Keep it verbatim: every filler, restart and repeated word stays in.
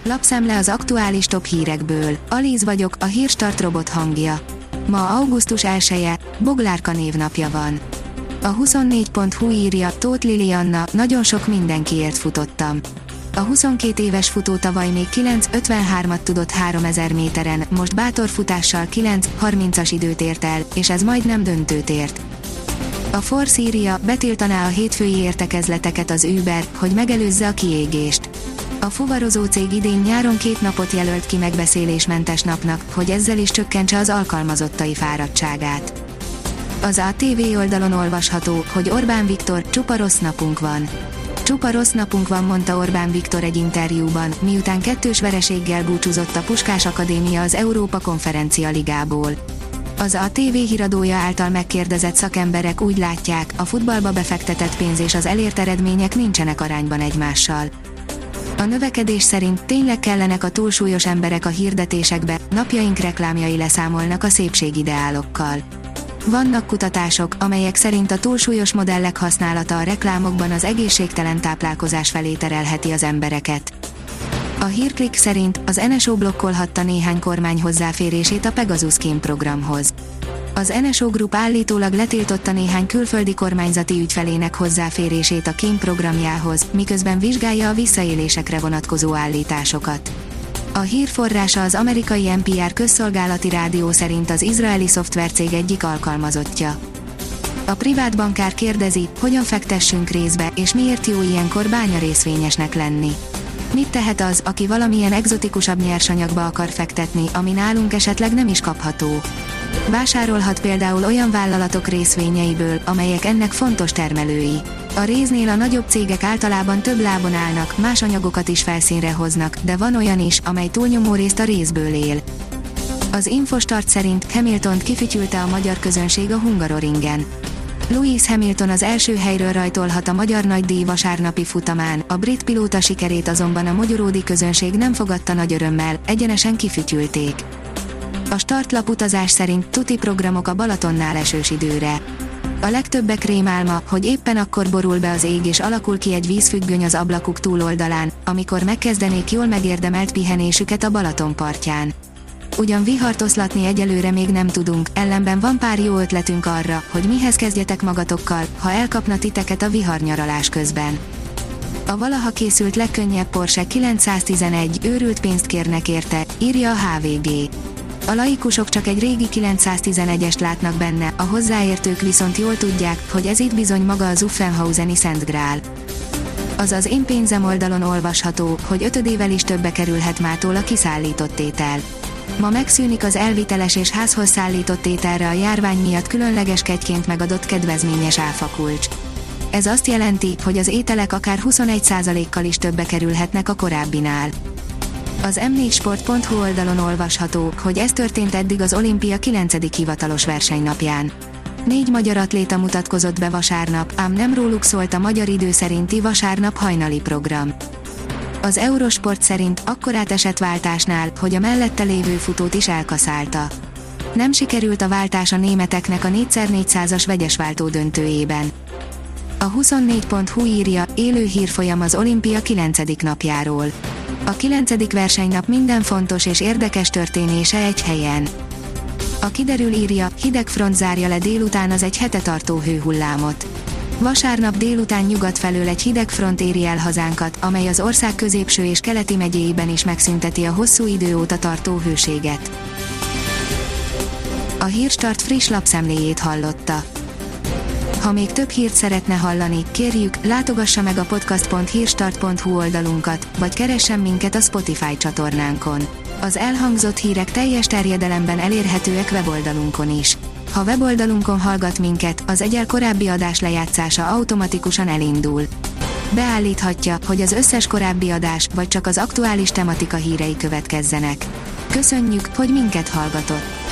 Lapszemle az aktuális top hírekből. Alíz vagyok, a Hírstart robot hangja. Ma augusztus elseje, Boglárka névnapja van. A huszonnégy pont hu írja, Tóth Lilianna, nagyon sok mindenkiért futottam. A huszonkét éves futó tavaly még kilenc ötvenhármat tudott háromezer méteren, most bátor futással kilenc harmincas időt ért el, és ez majdnem döntőt ért. A Force írja, betiltaná a hétfői értekezleteket az Uber, hogy megelőzze a kiégést. A fuvarozó cég idén nyáron két napot jelölt ki megbeszélésmentes napnak, hogy ezzel is csökkentse az alkalmazottai fáradtságát. Az á té vé oldalon olvasható, hogy Orbán Viktor, csupa rossz napunk van. Csupa rossz napunk van, mondta Orbán Viktor egy interjúban, miután kettős vereséggel búcsúzott a Puskás Akadémia az Európa Konferencia Ligából. Az á té vé híradója által megkérdezett szakemberek úgy látják, a futballba befektetett pénz és az elért eredmények nincsenek arányban egymással. A növekedés szerint tényleg kellenek a túlsúlyos emberek a hirdetésekbe, napjaink reklámjai leszámolnak a szépségideálokkal. Vannak kutatások, amelyek szerint a túlsúlyos modellek használata a reklámokban az egészségtelen táplálkozás felé terelheti az embereket. A Hírklik szerint az en es o blokkolhatta néhány kormány hozzáférését a Pegasus kémprogramhoz. Az en es o Group állítólag letiltotta néhány külföldi kormányzati ügyfelének hozzáférését a kémprogramjához, miközben vizsgálja a visszaélésekre vonatkozó állításokat. A hírforrása az amerikai en pé er közszolgálati rádió szerint az izraeli szoftvercég egyik alkalmazottja. A privát bankár kérdezi, hogyan fektessünk részbe, és miért jó ilyenkor bányarészvényesnek lenni. Mit tehet az, aki valamilyen egzotikusabb nyersanyagba akar fektetni, ami nálunk esetleg nem is kapható? Vásárolhat például olyan vállalatok részvényeiből, amelyek ennek fontos termelői. A réznél a nagyobb cégek általában több lábon állnak, más anyagokat is felszínre hoznak, de van olyan is, amely túlnyomó részt a rézből él. Az Infostart szerint Hamiltont kifütyülte a magyar közönség a Hungaroringen. Lewis Hamilton az első helyről rajtolhat a magyar nagydíj vasárnapi futamán, a brit pilóta sikerét azonban a mogyoródi közönség nem fogadta nagy örömmel, egyenesen kifütyülték. A startlap utazás szerint tuti programok a Balatonnál esős időre. A legtöbbek rémálma, hogy éppen akkor borul be az ég és alakul ki egy vízfüggöny az ablakuk túloldalán, amikor megkezdenék jól megérdemelt pihenésüket a Balaton partján. Ugyan vihart oszlatni egyelőre még nem tudunk, ellenben van pár jó ötletünk arra, hogy mihez kezdjetek magatokkal, ha elkapna titeket a viharnyaralás közben. A valaha készült legkönnyebb Porsche kilencszáztizenegy, őrült pénzt kérnek érte, írja a há vé gé. A laikusok csak egy régi kilencszáztizenegyest látnak benne, a hozzáértők viszont jól tudják, hogy ez itt bizony maga a Zuffenhauseni Szent Grál. Azaz én pénzem oldalon olvasható, hogy ötödével is többe kerülhet mától a kiszállított étel. Ma megszűnik az elviteles és házhoz szállított ételre a járvány miatt különleges kegyként megadott kedvezményes áfakulcs. Ez azt jelenti, hogy az ételek akár huszonegy százalékkal is többe kerülhetnek a korábbinál. Az em négy sport pont hu oldalon olvasható, hogy ez történt eddig az olimpia kilencedik hivatalos versenynapján. Négy magyar atléta mutatkozott be vasárnap, ám nem róluk szólt a magyar idő szerinti vasárnap hajnali program. Az Eurosport szerint akkorát esett váltásnál, hogy a mellette lévő futót is elkaszálta. Nem sikerült a váltás a németeknek a négy per négyszázas vegyesváltó döntőjében. A huszonnégy pont hu írja, élő hírfolyam az olimpia kilencedik napjáról. A kilencedik versenynap minden fontos és érdekes történése egy helyen. A kiderül írja, hideg front zárja le délután az egy hete tartó hőhullámot. Vasárnap délután nyugat felől egy hideg front éri el hazánkat, amely az ország középső és keleti megyéiben is megszünteti a hosszú idő óta tartó hőséget. A Hírstart friss lapszemléjét hallotta. Ha még több hírt szeretne hallani, kérjük, látogassa meg a podcast pont hírstart pont hu oldalunkat, vagy keressen minket a Spotify csatornánkon. Az elhangzott hírek teljes terjedelemben elérhetőek weboldalunkon is. Ha weboldalunkon hallgat minket, az egyel korábbi adás lejátszása automatikusan elindul. Beállíthatja, hogy az összes korábbi adás, vagy csak az aktuális tematika hírei következzenek. Köszönjük, hogy minket hallgatott!